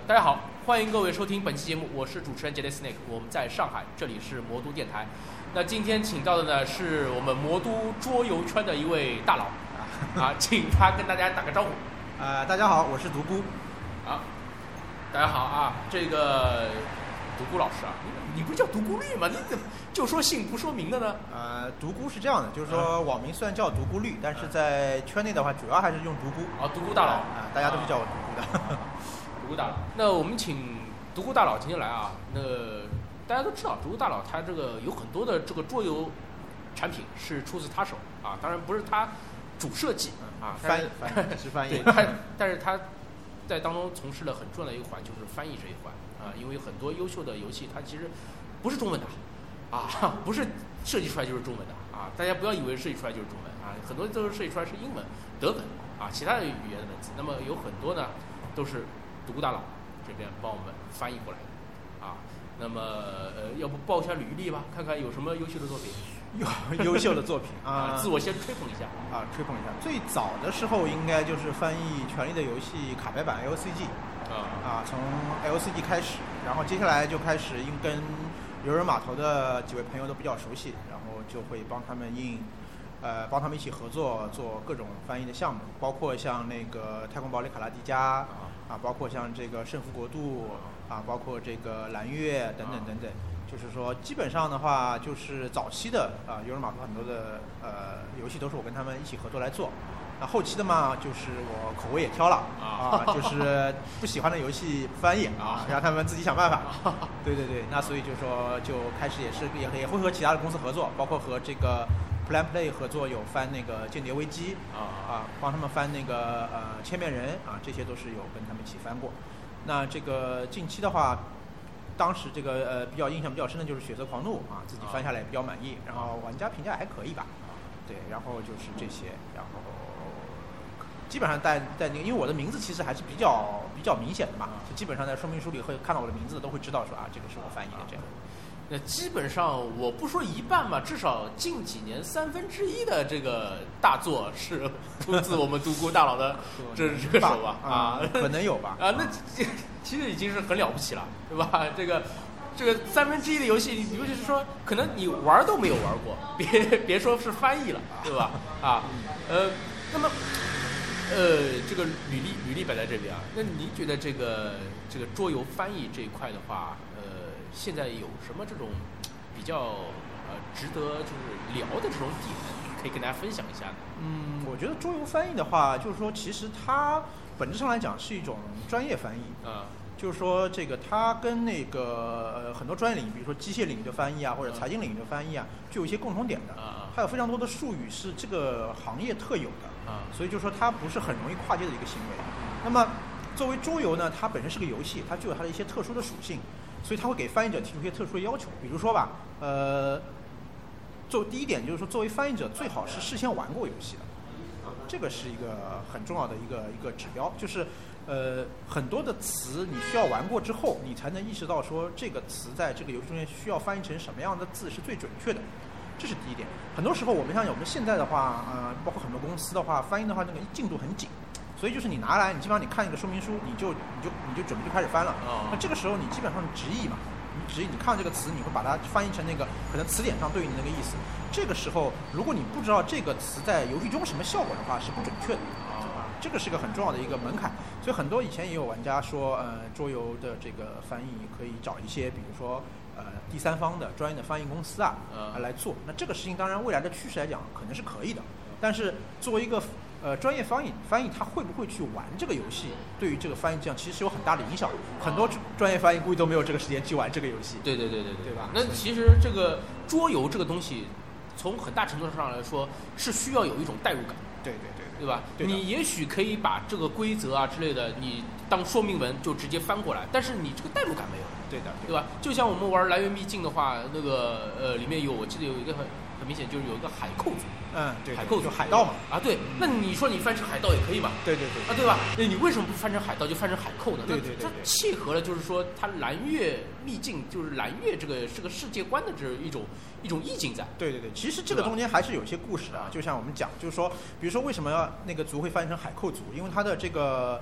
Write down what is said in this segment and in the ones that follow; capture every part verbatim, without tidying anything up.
大家好，欢迎各位收听本期节目，我是主持人杰雷 Snake， 我们在上海，这里是魔都电台。那今天请到的呢是我们魔都桌游圈的一位大佬啊，请他跟大家打个招呼。 呃，大家好，我是独孤。 啊，大家好啊，这个独孤老师啊，你你不是叫独孤绿吗？你怎么就说姓不说名的呢？ 呃，独孤是这样的，就是说网名虽然叫独孤绿，但是在圈内的话，主要还是用独孤。 啊，独孤大佬啊，大家都是叫我独孤的。 独孤大佬，那我们请独孤大佬今天来啊。那大家都知道，独孤大佬他这个有很多的这个桌游产品是出自他手啊，当然不是他主设计啊， 翻译翻译是翻译。 对，他但是他在当中从事了很重要的一环，就是翻译这一环啊，因为很多优秀的游戏它其实不是中文的啊，不是设计出来就是中文的啊，大家不要以为设计出来就是中文啊，很多都是设计出来是英文、德文啊，其他的语言的文字。那么有很多呢都是独孤大佬这边帮我们翻译过来的啊。那么呃，要不报一下履历吧，看看有什么优秀的作品。 优优秀的作品啊， 自我先吹捧一下啊，吹捧一下。最早的时候应该就是翻译《权力的游戏》卡牌版 L C G 啊啊，从 L C G 开始，然后接下来就开始因跟游人码头的几位朋友都比较熟悉，然后就会帮他们印，呃，帮他们一起合作做各种翻译的项目，包括像那个太空堡垒卡拉迪加啊，包括像这个圣服国度啊，包括这个蓝月等等等等。就是说，基本上的话，就是早期的啊，游人码头很多的呃游戏都是我跟他们一起合作来做。那后期的嘛，就是我口味也挑了啊，就是不喜欢的游戏不翻译啊，让他们自己想办法。对对对，那所以就说就开始也是也也会和其他的公司合作，包括和这个 Plan Play 合作，有翻那个《间谍危机》啊，帮他们翻那个呃千面人啊，这些都是有跟他们一起翻过。那这个近期的话。当时这个呃比较印象比较深的就是《血色狂怒》啊，自己翻下来比较满意，然后玩家评价还可以吧，对，然后就是这些，然后基本上在在那个，因为我的名字其实还是比较比较明显的嘛，就基本上在说明书里会看到我的名字，都会知道说啊这个是我翻译的这样。 那基本上我不说一半吧，至少近几年三分之一的这个大作是出自我们独孤大佬的这这个手啊啊，可能有吧啊，那其实已经是很了不起了，对吧？这个这个三分之一的游戏，尤其是说可能你玩都没有玩过，别别说是翻译了，对吧？啊，呃，那么呃，这个履历履历摆在这边啊，那您觉得这个这个桌游翻译这一块的话，呃？现在有什么这种比较呃值得就是聊的这种点，可以跟大家分享一下呢？ 嗯，我觉得桌游翻译的话，就是说其实它本质上来讲是一种专业翻译啊， 就是说这个它跟那个呃很多专业领域，比如说机械领域的翻译啊，或者财经领域的翻译啊，具有一些共同点的。 啊， 它有非常多的术语是这个行业特有的啊， 所以就说它不是很容易跨界的一个行为。那么作为桌游呢，它本身是个游戏，它具有它的一些特殊的属性。所以他会给翻译者提出一些特殊的要求，比如说吧，呃，作为第一点就是说，作为翻译者最好是事先玩过游戏的，啊，这个是一个很重要的一个一个指标，就是呃很多的词你需要玩过之后，你才能意识到说这个词在这个游戏中间需要翻译成什么样的字是最准确的，这是第一点。很多时候我们像我们现在的话，呃，包括很多公司的话，翻译的话那个进度很紧。所以就是你拿来，你基本上你看一个说明书，你就你就你就准备就开始翻了。 哦、 那这个时候你基本上直译嘛，你直译，你看这个词，你会把它翻译成那个可能词典上对应的那个意思。这个时候，如果你不知道这个词在游戏中什么效果的话，是不准确的。啊，这个是个很重要的一个门槛。所以很多以前也有玩家说，呃，桌游的这个翻译可以找一些，比如说呃第三方的专业的翻译公司啊，呃、来做。那这个事情当然未来的趋势来讲可能是可以的，但是作为一个呃，专业翻译翻译他会不会去玩这个游戏，对于这个翻译这样其实是有很大的影响。很多专业翻译估计都没有这个时间去玩这个游戏。 对对对对对， 对吧？ 那其实这个桌游这个东西，从很大程度上来说是需要有一种代入感。 对对对对吧？ 对你也许可以把这个规则啊之类的，你当说明文就直接翻过来，但是你这个代入感没有。 对的， 对吧？就像我们玩来源秘境的话，那个呃里面有我记得有一个很很明显就是有一个海寇族。 嗯，对， 海寇就海盗嘛。 啊，对，那你说你翻成海盗也可以嘛？ 对对对。 啊，对吧？那你为什么不翻成海盗就翻成海寇呢？ 对对对。 它契合了，就是说它蓝月秘境，就是蓝月这个这个世界观的这一种一种意境在。 对对对，其实这个中间还是有一些故事的，就像我们讲，就是说，比如说为什么要那个族会翻译成海寇族，因为它的这个。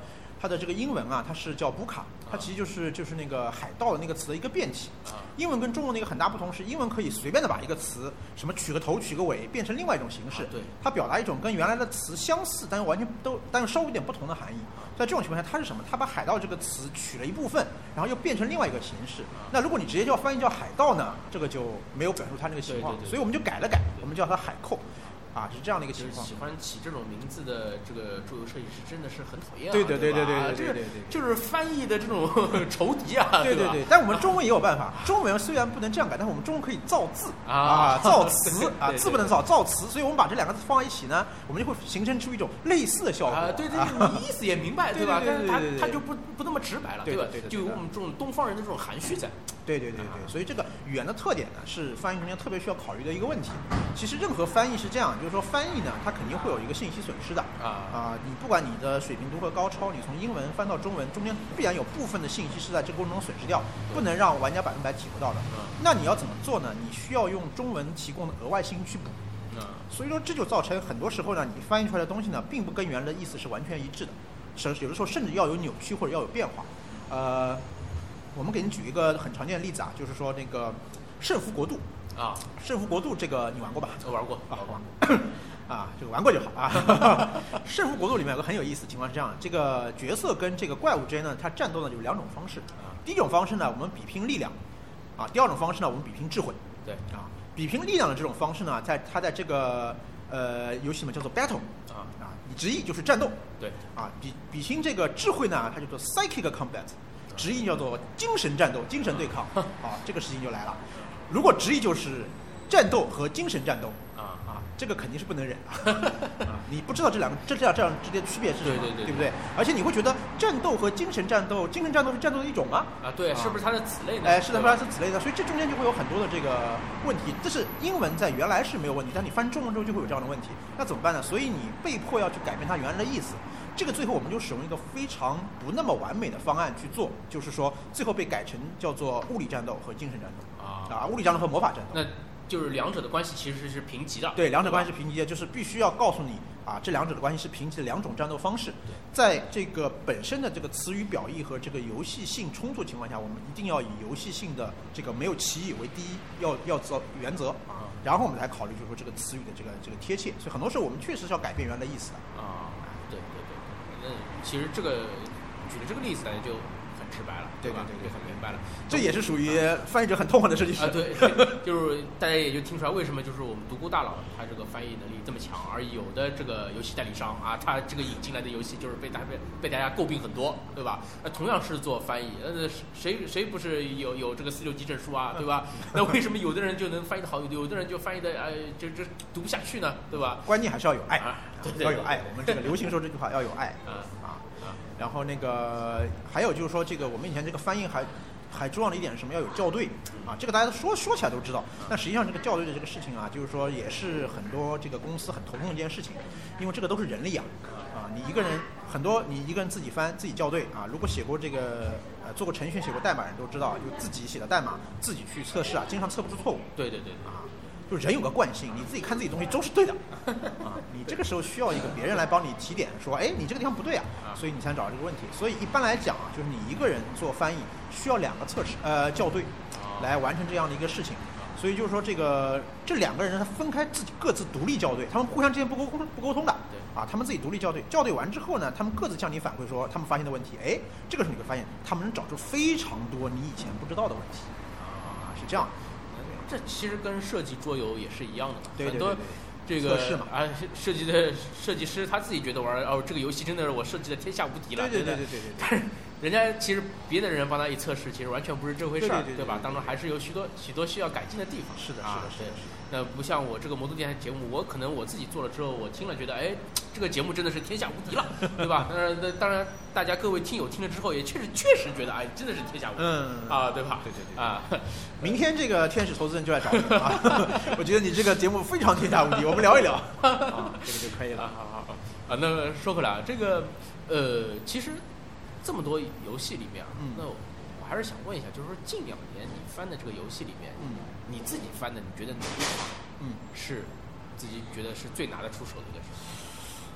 它的这个英文啊，它是叫布卡，它其实就是就是那个海盗的那个词的一个变体。英文跟中文的一个很大不同是，英文可以随便的把一个词什么取个头取个尾变成另外一种形式， 对， 它表达一种跟原来的词相似，但是完全都但是稍微有点不同的含义。在这种情况下，它是什么？它把海盗这个词取了一部分，然后又变成另外一个形式。那如果你直接叫翻译叫海盗呢，这个就没有表述它那个情况，所以我们就改了改，我们叫它海寇。啊，是这样的一个情况。 喜欢起这种名字的这个桌游设计师真的是很讨厌啊！ 对对对对对对对对对， 就是翻译的这种仇敌啊！ 对对对，但我们中文也有办法。中文虽然不能这样改，但是我们中文可以造字啊，造词啊，字不能造，造词。所以我们把这两个字放在一起呢，我们就会形成出一种类似的效果。 啊，对对，你意思也明白，对吧？但是它它就不不那么直白了，对吧？就有我们这种东方人的这种含蓄在。 对对对对，所以这个语言的特点呢，是翻译中间特别需要考虑的一个问题。其实任何翻译是这样，就是说翻译呢，它肯定会有一个信息损失的啊啊！你不管你的水平如何高超，你从英文翻到中文，中间必然有部分的信息是在这个过程中损失掉，不能让玩家百分百体会到的。那你要怎么做呢？你需要用中文提供的额外信息去补。所以说这就造成很多时候呢，你翻译出来的东西呢，并不跟原来的意思是完全一致的，甚有的时候甚至要有扭曲或者要有变化。呃，我们给你举一个很常见的例子啊，就是说那个圣服国度。 啊， 圣服国度这个你玩过吧？ 我玩过， 啊，玩过。啊，这个玩过就好啊。圣服国度里面有个很有意思的情况是这样的，这个角色跟这个怪物之间呢，它战斗呢有两种方式。第一种方式呢，我们比拼力量，啊，第二种方式呢，我们比拼智慧。 对， 啊，比拼力量的这种方式呢，在它在这个呃游戏里面叫做 battle， 啊啊，直译就是战斗。 对， 啊，比比拼这个智慧呢，它叫做 psychic combat， 直译叫做精神战斗、精神对抗。啊，这个事情就来了。如果直译就是战斗和精神战斗啊啊，这个肯定是不能忍啊！啊你不知道这两个这这样这样之间的区别是什么， 对对对， 对不对？而且你会觉得战斗和精神战斗，精神战斗是战斗的一种啊！ 啊，对，是不是它的子类呢？ 哎，是的，它是子类的，所以这中间就会有很多的这个问题。这是英文在原来是没有问题，但你翻中文之后就会有这样的问题，那怎么办呢？所以你被迫要去改变它原来的意思。这个最后我们就使用一个非常不那么完美的方案去做，就是说最后被改成叫做物理战斗和精神战斗啊啊，物理战斗和魔法战斗。 那就是两者的关系其实是平级的。 对，两者关系是平级的，就是必须要告诉你啊，这两者的关系是平级的两种战斗方式。在这个本身的这个词语表意和这个游戏性冲突情况下，我们一定要以游戏性的这个没有歧义为第一要要做原则啊，然后我们才考虑就是说这个词语的这个这个贴切。所以很多时候我们确实是要改变原来的意思的啊。对对对。那其实这个举的这个例子，大家就很直白了， 对吧？对对， 很明白了。 这也是属于翻译者很痛恨的设计师啊。对，就是大家也就听出来为什么就是我们独孤大佬他这个翻译能力这么强，而有的这个游戏代理商啊，他这个引进来的游戏就是被大被被大家诟病很多，对吧？那同样是做翻译，呃，谁谁不是有有这个四六级证书啊，对吧？那为什么有的人就能翻译的好，有的人就翻译的呃就就读不下去呢，对吧？ 关键还是要有爱， 啊、对对对要有爱。我们这个流行说这句话要有爱啊啊。然后那个还有就是说，这个我们以前这个翻译还还重要的一点是什么？要有校对啊，这个大家都说说起来都知道。但实际上这个校对的这个事情啊，就是说也是很多这个公司很头痛的一件事情，因为这个都是人力啊啊，你一个人很多你一个人自己翻自己校对啊，如果写过这个呃做过程序写过代码人都知道，就自己写的代码自己去测试啊，经常测不出错误。 对对对啊。就人有个惯性，你自己看自己东西都是对的啊，你这个时候需要一个别人来帮你提点，说，哎，你这个地方不对啊，所以你才能找到这个问题。所以一般来讲啊，就是你一个人做翻译需要两个测试，呃，校对，来完成这样的一个事情。所以就是说，这个这两个人他分开自己各自独立校对，他们互相之间不沟通不沟通的，啊，他们自己独立校对，校对完之后呢，他们各自向你反馈说他们发现的问题，哎，这个时候你会发现他们能找出非常多你以前不知道的问题，啊，是这样。 这其实跟设计桌游也是一样的嘛， 对对对对， 很多这个测试嘛啊，设计的设计师他自己觉得玩哦，这个游戏真的是我设计的天下无敌了， 对对对对对对。 但是人家其实别的人帮他一测试，其实完全不是这回事儿，对吧？当中还是有许多许多需要改进的地方。 是的， 是的， 是的。 那不像我这个魔都电台节目，我可能我自己做了之后，我听了觉得，哎，这个节目真的是天下无敌了，对吧？当然，那当然，大家各位听友听了之后，也确实确实觉得，哎，真的是天下无敌， 嗯啊，对吧？ 对对对啊， 明天这个天使投资人就来找你啊！我觉得你这个节目非常天下无敌，我们聊一聊啊，这个就可以了。 好好好啊，那说回来啊，这个呃，其实这么多游戏里面啊， 嗯、 那我还是想问一下，就是说近两年你翻的这个游戏里面， 嗯， 你自己翻的，你觉得哪一款， 嗯， 是自己觉得是最拿得出手的一个事情？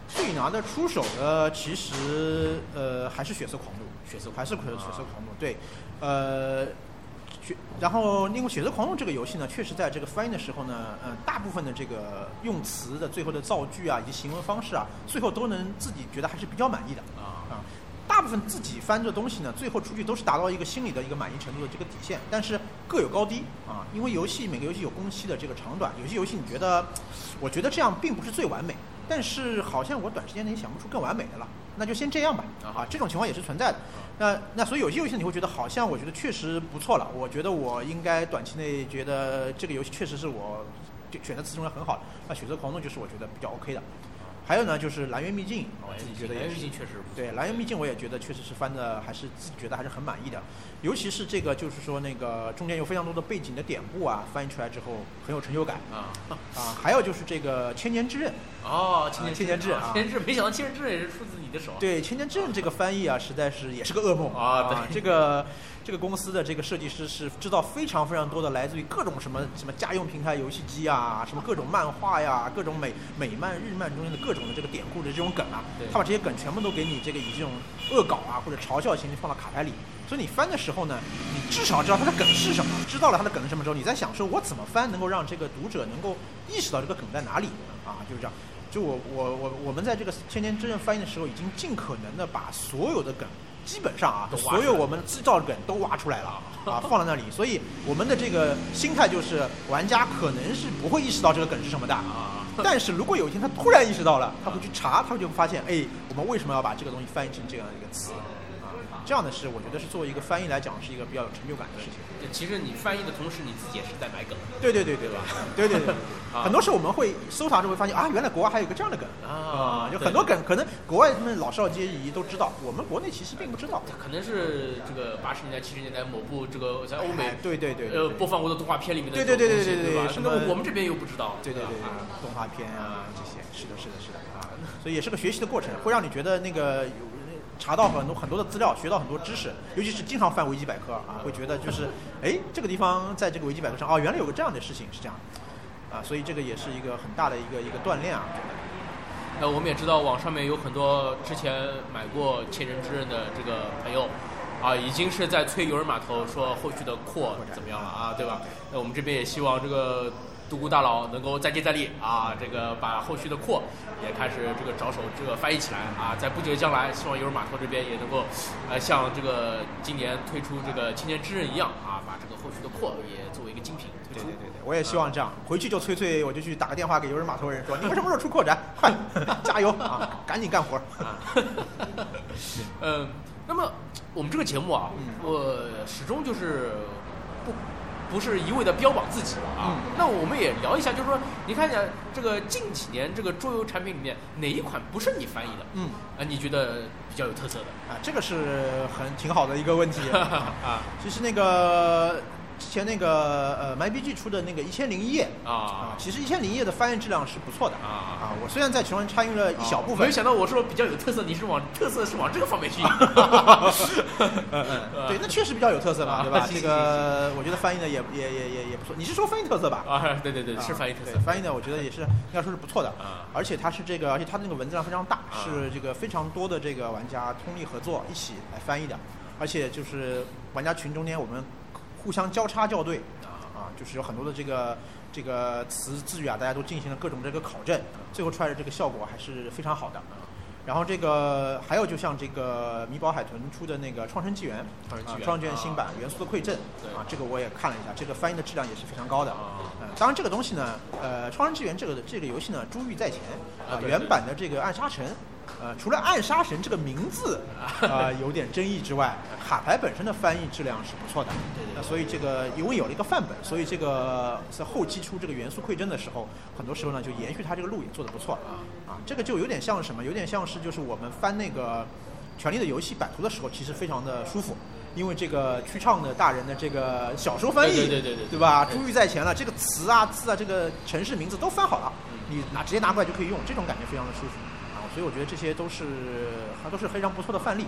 最拿得出手的其实呃还是血色狂怒， 血色还是血血色狂怒，对，呃。然后，因为《血色狂怒》这个游戏呢，确实在这个翻译的时候呢，嗯、呃，大部分的这个用词的最后的造句啊，以及行文方式啊，最后都能自己觉得还是比较满意的啊啊。大部分自己翻这东西呢，最后出去都是达到一个心理的一个满意程度的这个底线，但是各有高低啊。因为游戏每个游戏有工期的这个长短，有些游戏你觉得，我觉得这样并不是最完美，但是好像我短时间内想不出更完美的了，那就先这样吧啊。这种情况也是存在的。那那所以有些游戏你会觉得好像我觉得确实不错了，我觉得我应该短期内觉得这个游戏确实是我选择词中的很好的。那血色狂怒就是我觉得比较 OK 的。还有呢，就是蓝渊秘境，我自己觉得也是， 蓝渊秘境确实对蓝渊秘境我也觉得确实是翻的，还是自己觉得还是很满意的。尤其是这个就是说那个中间有非常多的背景的典故啊，翻译出来之后很有成就感啊啊。还有就是这个千年之刃哦， 千年千年之刃啊， 千年之刃，没想到千年之刃也是出自你的手。 对，千年之刃这个翻译啊，实在是也是个噩梦啊。对， 这个这个公司的这个设计师是知道非常非常多的来自于各种什么什么家用平台游戏机啊，什么各种漫画呀，各种美美漫日漫中间的各种的这个典故的这种梗啊，他把这些梗全部都给你这个以这种恶搞啊或者嘲笑形式放到卡牌里。所以你翻的时候呢，你至少知道它的梗是什么，知道了它的梗是什么之后，你在想说我怎么翻能够让这个读者能够意识到这个梗在哪里啊，就是这样。就我我我我们在这个千年之刃翻译的时候，已经尽可能的把所有的梗，基本上啊，所有我们制造的梗都挖出来了啊，放在那里。所以我们的这个心态就是，玩家可能是不会意识到这个梗是什么的啊，但是如果有一天他突然意识到了，他会去查，他就会发现，哎，我们为什么要把这个东西翻译成这样一个词？这样的是，我觉得是作为一个翻译来讲，是一个比较有成就感的事情。 其实你翻译的同时，你自己也是在买梗。 对对对对吧？对对对，很多时候我们会搜查之后会发现啊，原来国外还有个这样的梗啊，就很多梗可能国外他们老少皆宜都知道，我们国内其实并不知道。 可能是这个八十年代、七十年代某部这个在欧美对对对呃播放过的动画片里面的对对对对对对吧？ 什么我们这边又不知道。 对对对对，动画片啊这些，是的是的是的啊，所以也是个学习的过程，会让你觉得那个有。查到很多很多的资料，学到很多知识，尤其是经常翻维基百科啊，会觉得就是，哎，这个地方在这个维基百科上，哦，原来有个这样的事情是这样，啊，所以这个也是一个很大的一个一个锻炼啊。 那我们也知道网上面有很多之前买过《千人之刃》的这个朋友，啊，已经是在催游人码头说后续的扩怎么样了啊，对吧？那我们这边也希望这个独孤大佬能够再接再厉啊，这个把后续的扩也开始这个着手这个翻译起来啊，在不久的将来，希望游人码头这边也能够呃像这个今年推出这个千年之刃一样啊，把这个后续的扩也作为一个精品推出。 对对对对，我也希望这样，回去就催催，我就去打个电话给游人码头人说，你们什么时候出扩展？快加油啊，赶紧干活啊！ 嗯，那么我们这个节目啊，我始终就是不。不是一味的标榜自己啊、嗯，那我们也聊一下，就是说，你看一下这个近几年这个桌游产品里面哪一款不是你翻译的？嗯，啊，你觉得比较有特色的啊？这个是很挺好的一个问题啊。其实那个之前那个呃 MyBG 出的那个一千零一夜啊啊，其实一千零一夜的翻译质量是不错的啊啊。我虽然在其中参与了一小部分， 没有想到我说比较有特色，你是往特色是往这个方面去。 嗯嗯，对，那确实比较有特色嘛，对吧？这个我觉得翻译的也也也也也不错。你是说翻译特色吧？ 啊，对对对，是翻译特色。 翻译的我觉得也是应该说是不错的啊，而且它是这个，而且它那个文字量非常大，是这个非常多的这个玩家通力合作一起来翻译的，而且就是玩家群中间我们互相交叉校对。啊，就是有很多的这个这个词字语啊，大家都进行了各种这个考证，最后出来的这个效果还是非常好的。然后这个还有就像这个米宝海豚出的那个《创生纪元》啊，《创生纪元》新版《元素的馈赠》啊，这个我也看了一下，这个翻译的质量也是非常高的。嗯，当然这个东西呢，呃，《创生纪元》这个这个游戏呢，珠玉在前啊，原版的这个暗杀城。呃，除了暗杀神这个名字呃有点争议之外，卡牌本身的翻译质量是不错的。对对。那所以这个因为有了一个范本，所以这个在后期出这个元素馈赠的时候，很多时候呢就延续它这个路也做得不错啊。啊，这个就有点像什么？有点像是就是我们翻那个《权力的游戏》版图的时候，其实非常的舒服。因为这个曲畅的大人的这个小说翻译， 对对对对， 对吧？珠玉在前了，这个词啊、字啊、这个城市名字都翻好了，你拿直接拿过来就可以用，这种感觉非常的舒服。所以我觉得这些都是还都是非常不错的范例。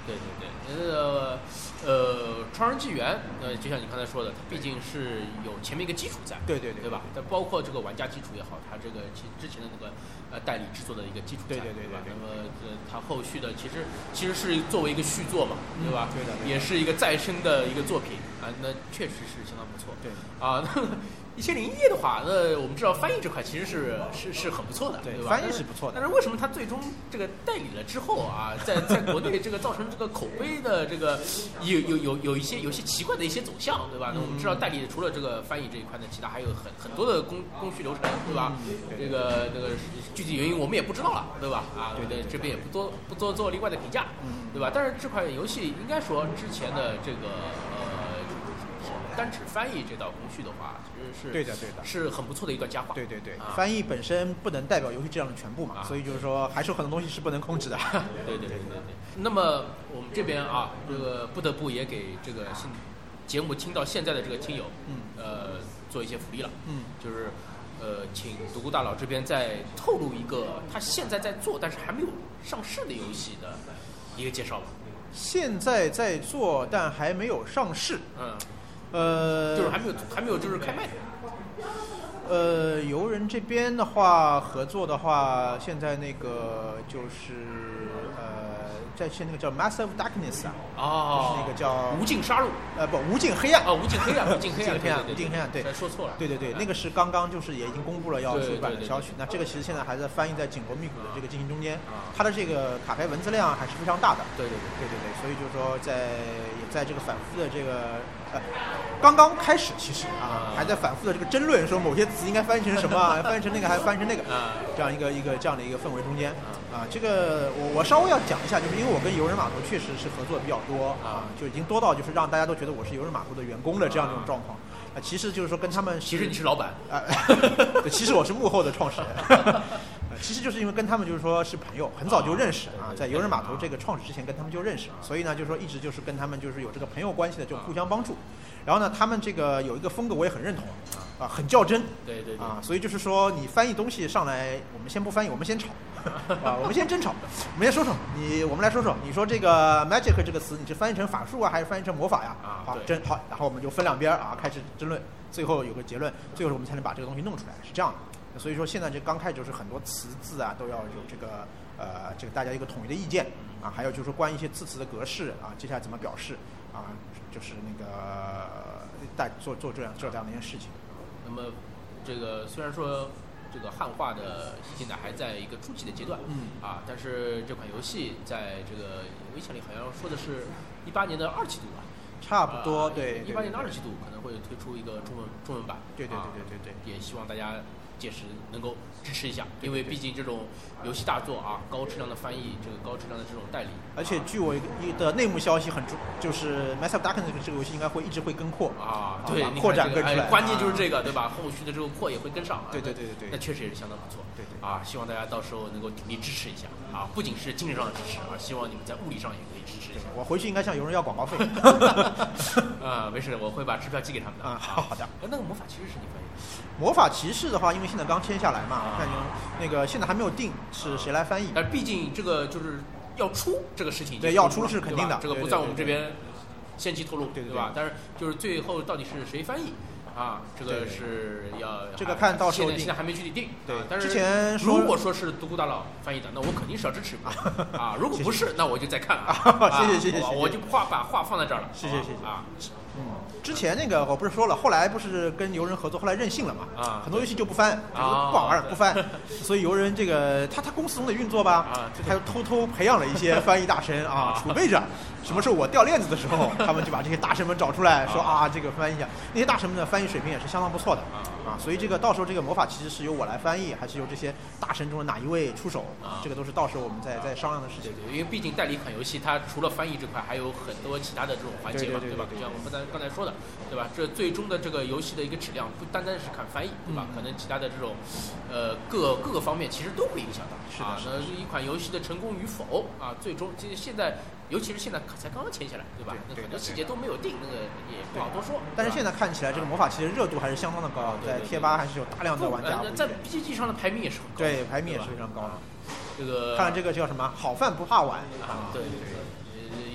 对对对，呃呃，创世纪元，呃，就像你刚才说的，它毕竟是有前面一个基础在， 对对对， 对吧？它包括这个玩家基础也好，它这个其之前的那个呃代理制作的一个基础在， 对对对对吧？那么呃，它后续的其实其实是作为一个续作嘛，对吧？ 对的， 也是一个再生的一个作品啊，那确实是相当不错。 对啊，那一千零一夜的话，那我们知道翻译这块其实是是是很不错的， 对吧？ 翻译是不错的。 但是为什么它最终这个代理了之后啊，在在国内这个造成这个口碑的这个有有有有一些有些奇怪的一些走向，对吧？那我们知道代理除了这个翻译这一块呢，其他还有很很多的工工序流程，对吧？这个这个具体原因我们也不知道了，对吧？啊， 对对， 这边也不多不多做另外的评价，对吧？但是这款游戏应该说之前的这个呃单指翻译这道工序的话，其实是对的对的， 是很不错的一段佳话。 对对对， 啊、 翻译本身不能代表游戏质量的全部嘛， 啊、 所以就是说还是有很多东西是不能控制的。 对对对对对。那么我们这边啊，这个不得不也给这个新节目听到现在的这个听友， 嗯， 呃，做一些福利了， 嗯， 就是呃，请独孤大佬这边再透露一个他现在在做但是还没有上市的游戏的一个介绍吧。 现在在做但还没有上市， 嗯， 呃， 就是还没有还没有就是开卖的。 呃，游人这边的话，合作的话，现在那个就是呃，在现那个叫 Massive Darkness 啊， 哦， 就是那个叫无尽杀戮， 呃不，无尽黑暗啊，无尽黑暗，无尽黑暗， 黑暗，无尽黑暗，对， 说错了， 对对对，那个是刚刚就是也已经公布了要出版的消息。那这个其实现在还在翻译在紧锣密鼓的这个进行中间，它的这个卡牌文字量还是非常大的。 对对对对对，所以就是说在也在这个反复的这个呃刚刚开始，其实啊还在反复的这个争论，说某些词应该翻译成什么，翻译成那个还是翻译成那个，这样一个一个这样的一个氛围中间啊，这个我我稍微要讲一下，就是因为我跟游人码头确实是合作比较多啊，就已经多到就是让大家都觉得我是游人码头的员工的这样一种状况。啊，其实就是说跟他们， 其实你是老板啊，对，其实我是幕后的创始人。其实就是因为跟他们就是说是朋友，很早就认识啊，在游人码头这个创始之前跟他们就认识，所以呢就是说一直就是跟他们就是有这个朋友关系的，就互相帮助。然后呢，他们这个有一个风格我也很认同啊，很较真， 对对对啊，所以就是说你翻译东西上来，我们先不翻译，我们先吵啊，我们先争吵，我们先说说你，我们来说说，你说这个 magic 这个词，你是翻译成法术啊，还是翻译成魔法呀？ 啊， 好，争好，然后我们就分两边啊，开始争论，最后有个结论，最后我们才能把这个东西弄出来，是这样的。所以说现在这刚开始就是很多词字啊都要有这个呃这个大家一个统一的意见啊，还有就是说关于一些字词的格式啊，接下来怎么表示啊，就是那个带做做这样做这样的一件事情。 那么这个虽然说这个汉化的现在还在一个初期的阶段， 嗯啊，但是这款游戏在这个微信里好像说的是一八年的二季度吧。 差不多， 呃、 对， 一八年的二季度可能会推出一个中文中文版， 对对对对对对， 也希望大家届时能够支持一下，因为毕竟这种游戏大作啊，高质量的翻译，这个高质量的这种代理， 而且据我的内幕消息很，就是 Massive Darkness 这个游戏应该会一直会跟扩啊，对， 扩展跟出来、 哎，关键就是这个，对吧？后续的这个扩也会跟上， 对对对对对， 那确实也是相当不错， 对对啊，希望大家到时候能够鼎力支持一下啊，不仅是精神上的支持啊，希望你们在物理上也可以支持一下。 我回去应该向有人要广告费。 啊，没事，我会把支票寄给他们的。 啊，好好的。 那个魔法骑士是你翻译的？ 魔法骑士的话，因为现在刚签下来嘛，我看那个现在还没有定是谁来翻译。 但毕竟这个就是要出这个事情， 对，要出是肯定的， 这个不在我们这边先期透露， 对对吧？但是就是最后到底是谁翻译啊？这个是要这个看到时候定， 现在还没具体定。 对， 但是之前如果说是独孤大佬翻译的，那我肯定是要支持啊。如果不是，那我就再看了。 谢谢谢谢， 我就话把话放在这儿了。 谢谢谢谢啊。 嗯，之前那个我不是说了，后来不是跟游人合作，后来任性了嘛， 啊， 很多游戏就不翻，不好玩不翻，所以游人这个他他公司中的运作吧， 啊， 他又偷偷培养了一些翻译大神啊，储备着，什么时候我掉链子的时候，他们就把这些大神们找出来，说啊这个翻译一下，那些大神们的翻译水平也是相当不错的啊，所以这个到时候这个魔法其实是由我来翻译，还是由这些大神中的哪一位出手，这个都是到时候我们再再商量的事情。 对对，因为毕竟代理一款游戏，它除了翻译这块，还有很多其他的这种环节嘛，对吧？就像我们刚才刚才说的。对吧？这最终的这个游戏的一个质量，不单单是看翻译，对吧？ 嗯、 可能其他的这种，呃，各各个方面其实都会影响到。 是的。 啊，那一款游戏的成功与否啊，最终其实现在，尤其是现在才刚刚签下来，对吧？ 对那很多细节都没有定，那个也不好多说。 但是现在看起来，这个魔法其实热度还是相当的高，在贴吧还是有大量的玩家。 在 B G G 上的排名也是很高。 对，排名也是非常高的。 这个看这个叫什么？好饭不怕晚啊，对对对。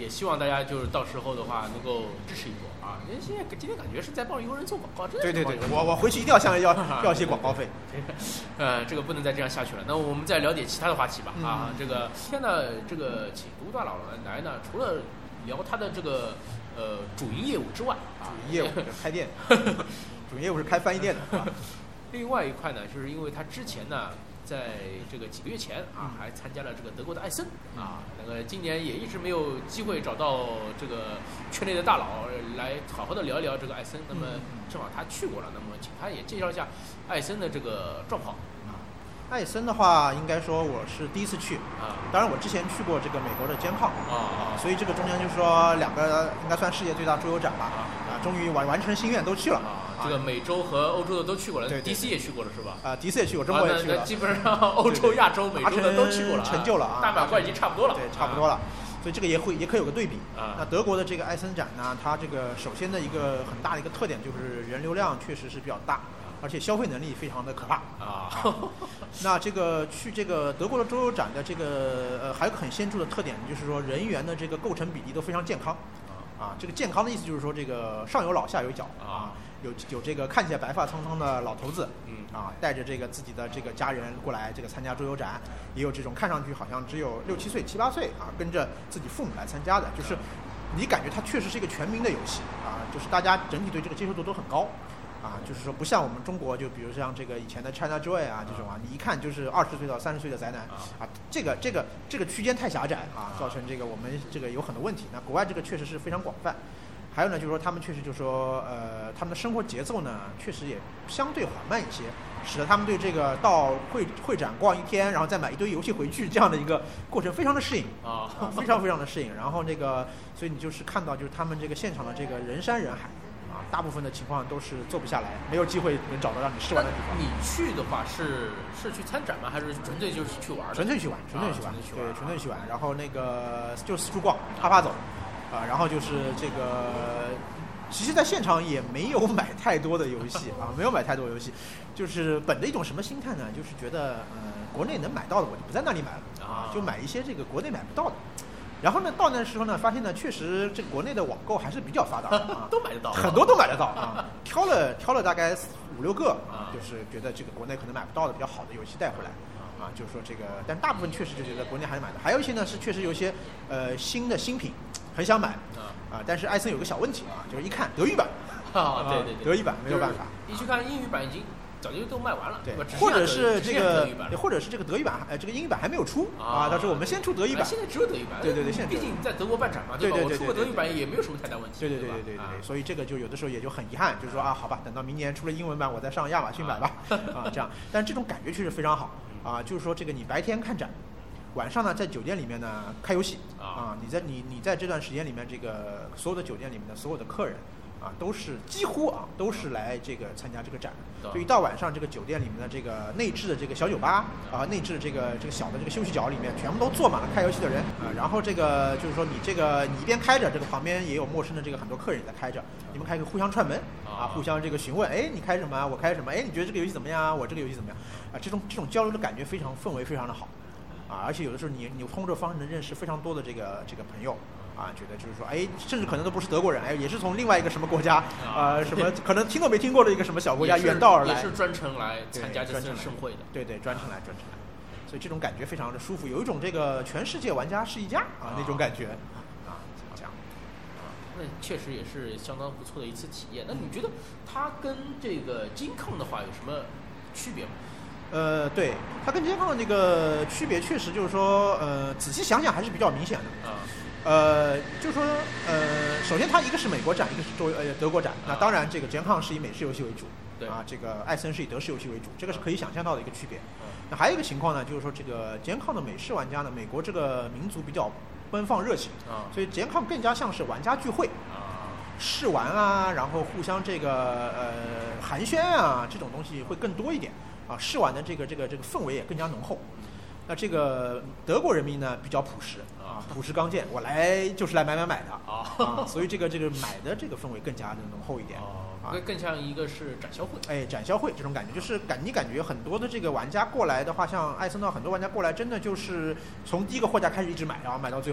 也希望大家就是到时候的话能够支持一波啊！因为现在今天感觉是在帮游人做广告，真的对对对，我我回去一定要向要要一些广告费。 呃，这个不能再这样下去了。那我们再聊点其他的话题吧。 嗯、 啊，这个今天呢，这个请独大佬来呢，除了聊他的这个呃主营业务之外，啊， 主营业务是开店，主营业务是开翻译店的。啊、 另外一块呢，就是因为他之前呢。在这个几个月前啊，还参加了这个德国的艾森啊，那个今年也一直没有机会找到这个圈内的大佬来好好的聊一聊这个艾森。那么正好他去过了，那么请他也介绍一下艾森的这个状况啊。 艾森的话，应该说我是第一次去啊， 当然我之前去过这个美国的监抗啊， 所以这个中间就是说两个应该算世界最大桌游展吧啊，终于完完成心愿都去了啊。这个美洲和欧洲的都去过了， 对 ，D C 也去过了是吧？ 啊 ，D C 也去过，中国也去了， 啊、基本上欧洲、亚洲、美洲的都去过了， 成就了啊， 大满贯已经差不多了， 对，差不多了。 啊、 所以这个也会也可以有个对比啊。 那德国的这个艾森展呢，它这个首先的一个很大的一个特点就是人流量确实是比较大，而且消费能力非常的可怕啊。 那这个去这个德国的桌游展的这个呃还有个很显著的特点，就是说人员的这个构成比例都非常健康啊。这个健康的意思就是说这个上有老下有小啊。有有这个看起来白发苍苍的老头子， 嗯啊，带着这个自己的这个家人过来这个参加桌游展，也有这种看上去好像只有六七岁、七八岁啊，跟着自己父母来参加的，就是你感觉它确实是一个全民的游戏啊，就是大家整体对这个接受度都很高，啊，就是说不像我们中国，就比如像这个以前的 China Joy 啊这种啊，你一看就是二十岁到三十岁的宅男啊，这个这个这个区间太狭窄啊，造成这个我们这个有很多问题。那国外这个确实是非常广泛。还有呢，就是说他们确实就是说，呃，他们的生活节奏呢，确实也相对缓慢一些，使得他们对这个到会会展逛一天，然后再买一堆游戏回去这样的一个过程非常的适应啊， 非常非常的适应。然后那个，所以你就是看到就是他们这个现场的这个人山人海啊，大部分的情况都是坐不下来，没有机会能找到让你试玩的地方。 你去的话是是去参展吗？还是纯粹就是去玩？ 纯粹去玩，纯粹去玩， 啊、 对，纯粹去玩。然后那个就四处逛，啪啪走。啊，然后就是这个，其实在现场也没有买太多的游戏啊，没有买太多游戏，就是本着一种什么心态呢？就是觉得，嗯，国内能买到的我就不在那里买了啊，就买一些这个国内买不到的。然后呢，到那时候呢，发现呢，确实这国内的网购还是比较发达啊， 都买得到， 很多都买得到啊。挑了挑了大概五六个啊，就是觉得这个国内可能买不到的比较好的游戏带回来。啊，就是说这个，但大部分确实就觉得国内还是买的，还有一些呢是确实有一些呃新的新品，很想买啊，但是艾森有个小问题啊，就是一看德语版啊，对对对， 德语版没有办法， 一去看英语版已经早就都卖完了， 对，或者是这个，或者是这个德语版，呃，这个英语版还没有出啊， 他说我们先出德语版， 现在只有德语版， 对对对，现在毕竟在德国办展嘛， 对吧？ 对对， 出个德语版也没有什么太大问题， 对对对对对对，所以这个就有的时候也就很遗憾，就是说啊，好吧，等到明年出了英文版，我再上亚马逊买吧，啊，这样，但这种感觉确实非常好。啊，就是说这个你白天看展，晚上呢在酒店里面呢开游戏啊，你在你你在这段时间里面，这个所有的酒店里面的所有的客人啊，都是几乎啊都是来这个参加这个展，所以一到晚上这个酒店里面的这个内置的这个小酒吧啊，内置的这个这个小的这个休息角里面，全部都坐满了开游戏的人啊，然后这个就是说你这个你一边开着，这个旁边也有陌生的这个很多客人也在开着，你们还可以互相串门啊，互相这个询问，哎，你开什么？我开什么？哎，你觉得这个游戏怎么样？我这个游戏怎么样？啊，这种这种交流的感觉非常氛围非常的好，啊，而且有的时候你你通过这个方式能认识非常多的这个这个朋友，啊，觉得就是说，哎，甚至可能都不是德国人，哎，也是从另外一个什么国家，啊，什么可能听都没听过的一个什么小国家远道而来， 也是专程来参加这次盛会的， 对对，专程来专程来，所以这种感觉非常的舒服，有一种这个全世界玩家是一家啊那种感觉，啊，这样， 那确实也是相当不错的一次体验。那你觉得它跟这个金抗的话有什么区别吗？ 呃，对，它跟监抗的这个区别，确实就是说，呃，仔细想想还是比较明显的。 啊， 呃，就是说，呃，首先它一个是美国展，一个是周呃德国展。那当然，这个监抗是以美式游戏为主， 对啊，这个艾森是以德式游戏为主，这个是可以想象到的一个区别。那还有一个情况呢，就是说这个监抗的美式玩家呢，美国这个民族比较奔放热情， 啊， 所以监抗更加像是玩家聚会， 啊， 试玩啊，然后互相这个呃寒暄啊，这种东西会更多一点。啊，试玩的这个这个这个氛围也更加浓厚。那这个德国人民呢比较朴实啊，朴实刚健，我来就是来买买买的啊，所以这个这个买的这个氛围更加的浓厚一点啊，更更像一个是展销会， 哎，展销会这种感觉，就是感你感觉很多的这个玩家过来的话，像艾森的很多玩家过来，真的就是从第一个货架开始一直买，然后买到最后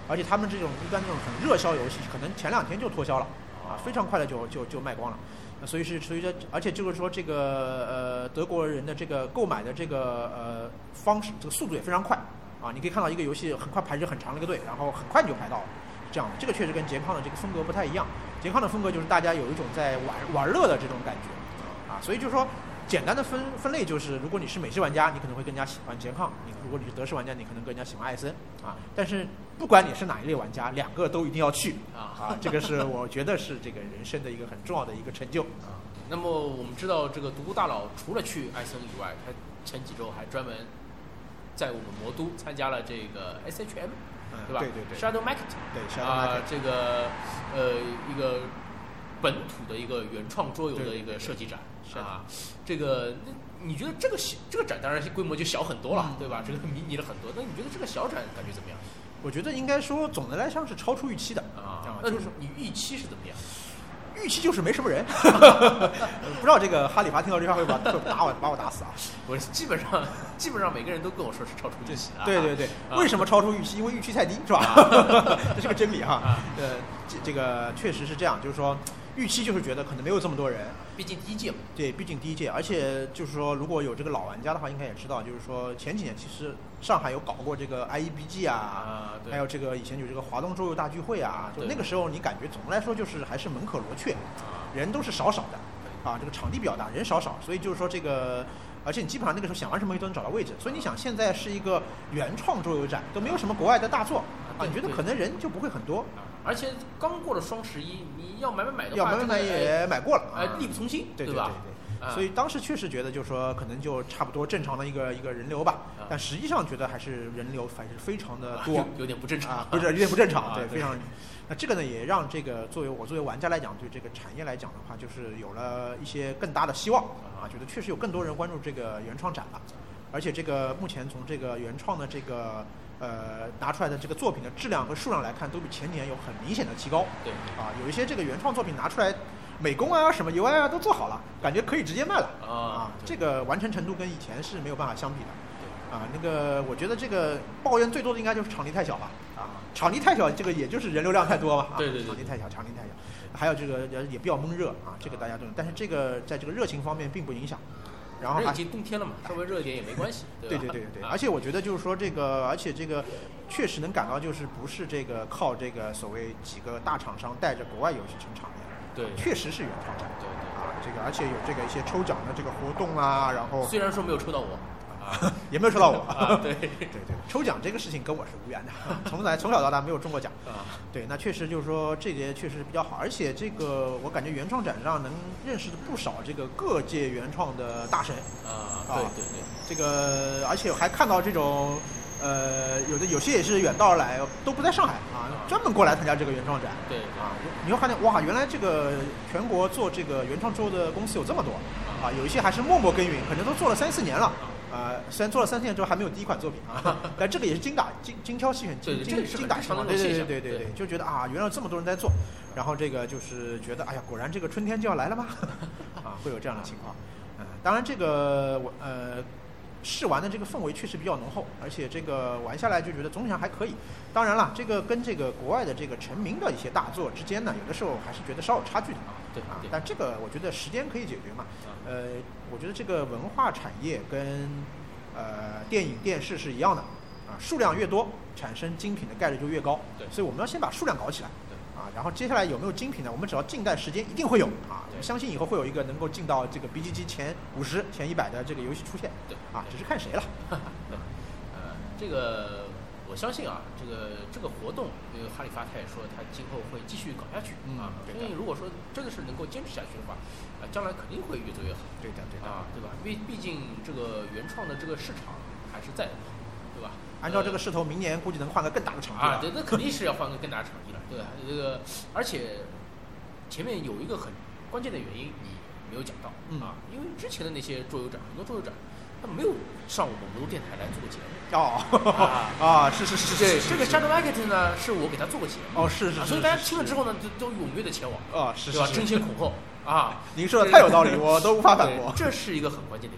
而且他们这种一般这种很热销游戏，可能前两天就脱销了啊，非常快的就就就卖光了。所以是，所以说，而且就是说，这个呃德国人的这个购买的这个呃方式，这个速度也非常快啊！你可以看到一个游戏很快排着很长的一个队，然后很快你就排到了，这样的。这个确实跟拮抗的这个风格不太一样。拮抗的风格就是大家有一种在玩玩乐的这种感觉啊，所以就是说，简单的分分类就是，如果你是美式玩家，你可能会更加喜欢拮抗；你如果你是德式玩家，你可能更加喜欢艾森啊。但是不管你是哪一类玩家，两个都一定要去啊！这个是我觉得是这个人生的一个很重要的一个成就啊。 那么我们知道，这个独孤大佬除了去艾森以外，他前几周还专门在我们魔都参加了这个 S H M，、嗯、对吧？ 对对对 Shadow Market， 对 Shadow Market，、 呃、这个呃一个本土的一个原创桌游的一个设计展啊。这个你觉得这个小这个展当然规模就小很多了，嗯、对吧？这个迷你了很多。那你觉得这个小展感觉怎么样？ 我觉得应该说总的来讲是超出预期的啊。那就是你预期是怎么样？ 预期就是没什么人，不知道这个哈里发听到这话会把会打我把我打死啊！ 我基本上基本上每个人都跟我说是超出预期啊。 对对对， 啊、 为什么超出预期？因为预期太低，是吧？这是个真理哈。呃，这这个确实是这样，就是说预期就是觉得可能没有这么多人， 毕竟第一届嘛。 对，毕竟第一届，而且就是说如果有这个老玩家的话，应该也知道，就是说前几年其实上海有搞过这个 I E B G 啊， 啊还有这个以前有这个华东桌游大聚会啊，就那个时候你感觉总的来说就是还是门可罗雀，人都是少少的，啊，这个场地比较大，人少少，所以就是说这个，而且你基本上那个时候想玩什么都能找到位置，所以你想现在是一个原创桌游展，都没有什么国外的大作，啊，你觉得可能人就不会很多。 而且刚过了双十一，你要买买买的话， 要买买买也买过了， 哎，力不从心， 对吧？ 对对对。所以当时确实觉得，就是说可能就差不多正常的一个一个人流吧，但实际上觉得还是人流还是非常的多， 有有点不正常啊，不是有点不正常，对，非常。那这个呢，也让这个作为我作为玩家来讲，对这个产业来讲的话，就是有了一些更大的希望啊，觉得确实有更多人关注这个原创展了，而且这个目前从这个原创的这个。呃，拿出来的这个作品的质量和数量来看，都比前年有很明显的提高。 对， 啊，有一些这个原创作品拿出来，美工啊、什么 U I 啊都做好了，感觉可以直接卖了。 啊， 啊这个完成程度跟以前是没有办法相比的。啊，那个我觉得这个抱怨最多的应该就是场地太小吧。啊，场地太小，这个也就是人流量太多嘛。 对对对。 场地太小，场地太小，还有这个也比较闷热啊，这个大家都，但是这个在这个热情方面并不影响。然后已经冬天了嘛，稍微热一点也没关系。 对对对对，而且我觉得就是说这个，而且这个确实能感到就是不是这个靠这个所谓几个大厂商带着国外游戏撑场面， 对， 确实是原创展。 对对啊，这个而且有这个一些抽奖的这个活动啊，然后虽然说没有抽到我。啊， 也没有抽到我。 啊、对对对，抽奖这个事情跟我是无缘的，从来从小到大没有中过奖。 啊， 对，那确实就是说这节确实比较好，而且这个我感觉原创展上能认识不少这个各界原创的大神。 啊，对对对， 这个而且还看到这种。呃，有的有些也是远道而来，都不在上海啊，专门过来参加这个原创展。 对啊，你会发现哇，原来这个全国做这个原创桌的公司有这么多啊，有一些还是默默耕耘，可能都做了三四年了。啊，虽然做了三四年之后还没有第一款作品啊，但这个也是精打精精挑细选，精精精打细算。对对对对对对，就觉得啊，原来有这么多人在做，然后这个就是觉得哎呀，果然这个春天就要来了吗？啊，会有这样的情况。嗯，当然这个我呃。试玩的这个氛围确实比较浓厚，而且这个玩下来就觉得总体上还可以。当然了，这个跟这个国外的这个成名的一些大作之间呢，有的时候还是觉得稍有差距的。 对啊， 但这个我觉得时间可以解决嘛。呃，我觉得这个文化产业跟呃电影电视是一样的啊，数量越多，产生精品的概率就越高。 对， 所以我们要先把数量搞起来。 对啊，然后接下来有没有精品呢？我们只要静待时间，一定会有啊。相信以后会有一个能够进到这个 B G G 前五十、前一百的这个游戏出现。 对啊，只是看谁了。 对，呃，这个我相信啊，这个这个活动，因为哈里发他也说他今后会继续搞下去、 嗯、 啊。所以如果说真的是能够坚持下去的话，啊、呃，将来肯定会越做越好。 对的，对的啊，对吧？因为毕竟这个原创的这个市场还是在的，对吧？ 按照这个势头，明年估计能换个更大的场地啊。对，那肯定是要换个更大的场地了，对吧？这个，而且前面有一个很关键的原因，你没有讲到、 嗯、 啊，因为之前的那些桌游展，很多桌游展，他没有上我们魔都电台来做过节目。 哦，啊, 啊，是是是是， 对，这个 Shadow Market 呢，是我给他做过节目。 哦，是是是、啊， 所以大家听了之后呢，都都踊跃的前往。 啊，是是， 对吧？争先恐后啊！ 您说的太有道理，我都无法反驳。 这是一个很关键的原因。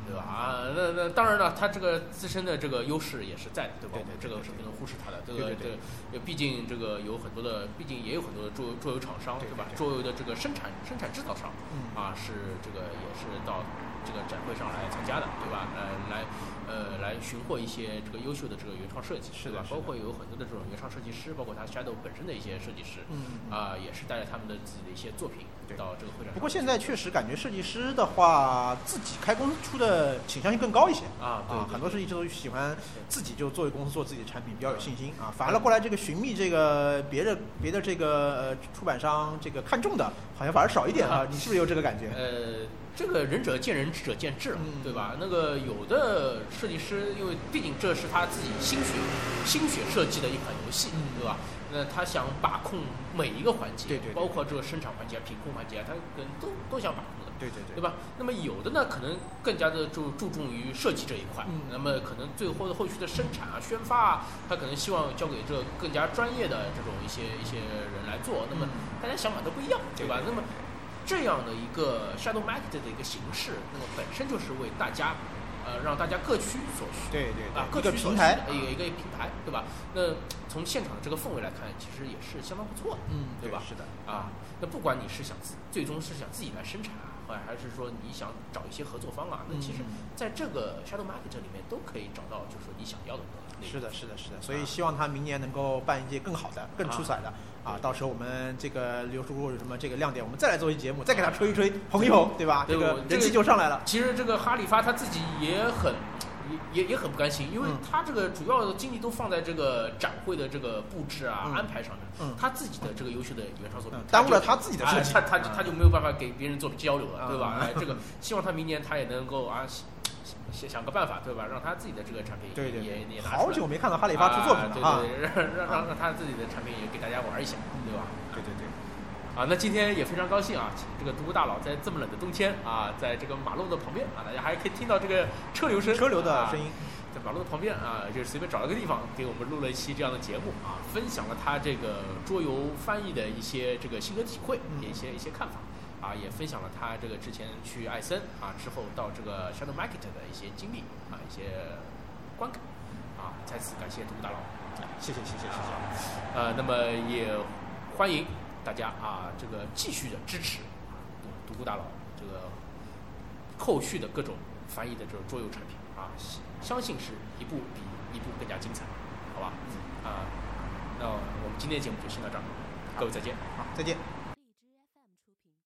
对吧？啊，那那当然了，它这个自身的这个优势也是在的，对吧？ 对对对对这个是不能忽视它的。这个对对对这毕竟这个有很多的，毕竟也有很多的桌游桌游厂商， 对对吧？ 对桌游的这个生产生产制造商， 嗯啊，是这个也是到这个展会上来参加的，对吧？呃，来呃来寻获一些这个优秀的这个原创设计， 是的， 对吧？包括有很多的这种原创设计师，包括他 Shadow 本身的一些设计师， 嗯啊，也是带着他们的自己的一些作品到这个会展上。 不过现在确实感觉设计师的话，自己开公司出的倾向性更高一些啊，对啊，很多设计师都喜欢自己就作为公司做自己的产品，比较有信心啊。反而过来这个寻觅这个别的别的这个呃出版商这个看中的，好像反而少一点啊。你是不是有这个感觉？ 呃。这个仁者见仁，智者见智了， 嗯、 对吧？那个有的设计师，因为毕竟这是他自己心血心血设计的一款游戏， 嗯、 对吧？那他想把控每一个环节， 对对对， 包括这个生产环节、品控环节，他可能都都想把控的， 对对对， 对吧？那么有的呢，可能更加的注注重于设计这一块， 嗯、 那么可能最后的后续的生产啊、宣发啊，他可能希望交给这更加专业的这种一些一些人来做。那么大家想法都不一样，对吧？ 对对对， 那么这样的一个 Shadow Market 的一个形式，那么本身就是为大家，呃，让大家各取所需。 对对对， 啊，各取所需，一个一个平台，对吧？那从现场的这个氛围来看，其实也是相当不错的， 嗯， 对吧？ 是的， 啊，那不管你是想自最终是想自己来生产啊，或者还是说你想找一些合作方啊，那其实在这个 Shadow Market 里面都可以找到，就是说你想要的。 是的，是的，是的，所以希望他明年能够办一届更好的、更出彩的啊！到时候我们这个刘叔有什么这个亮点，我们再来做一节目，再给他吹一吹、捧一捧，对吧？这个人气就上来了。 其实这个哈里发他自己也很。也也也很不甘心，因为他这个主要的精力都放在这个展会的这个布置啊、 嗯、 安排上面， 嗯， 他自己的这个优秀的原创作品， 嗯、耽误了他自己的设计， 他他他就没有办法给别人做交流了， 嗯、 对吧？哎，这个希望他明年他也能够啊。想想个办法，对吧？让他自己的这个产品也对对也也拿出来。 好久没看到哈里发出作品了啊！对对对，让让让他自己的产品也给大家玩一下，对吧？ 对对对。 啊，那今天也非常高兴啊！这个独孤大佬在这么冷的冬天啊，在这个马路的旁边啊，大家还可以听到这个车流声、 车流的声音。 在马路的旁边啊，就随便找了个地方，给我们录了一期这样的节目啊，分享了他这个桌游翻译的一些这个心得体会， 嗯、 一些一些看法。啊，也分享了他这个之前去艾森啊，之后到这个 Shadow Market 的一些经历啊，一些观感啊，再次感谢独孤大佬， 谢谢谢谢谢谢。 呃，那么也欢迎大家啊，这个继续的支持独孤大佬这个后续的各种翻译的这种桌游产品啊，相信是一步比一步更加精彩，好吧？啊，那我们今天的节目就先到这儿，各位再见。 好，再见。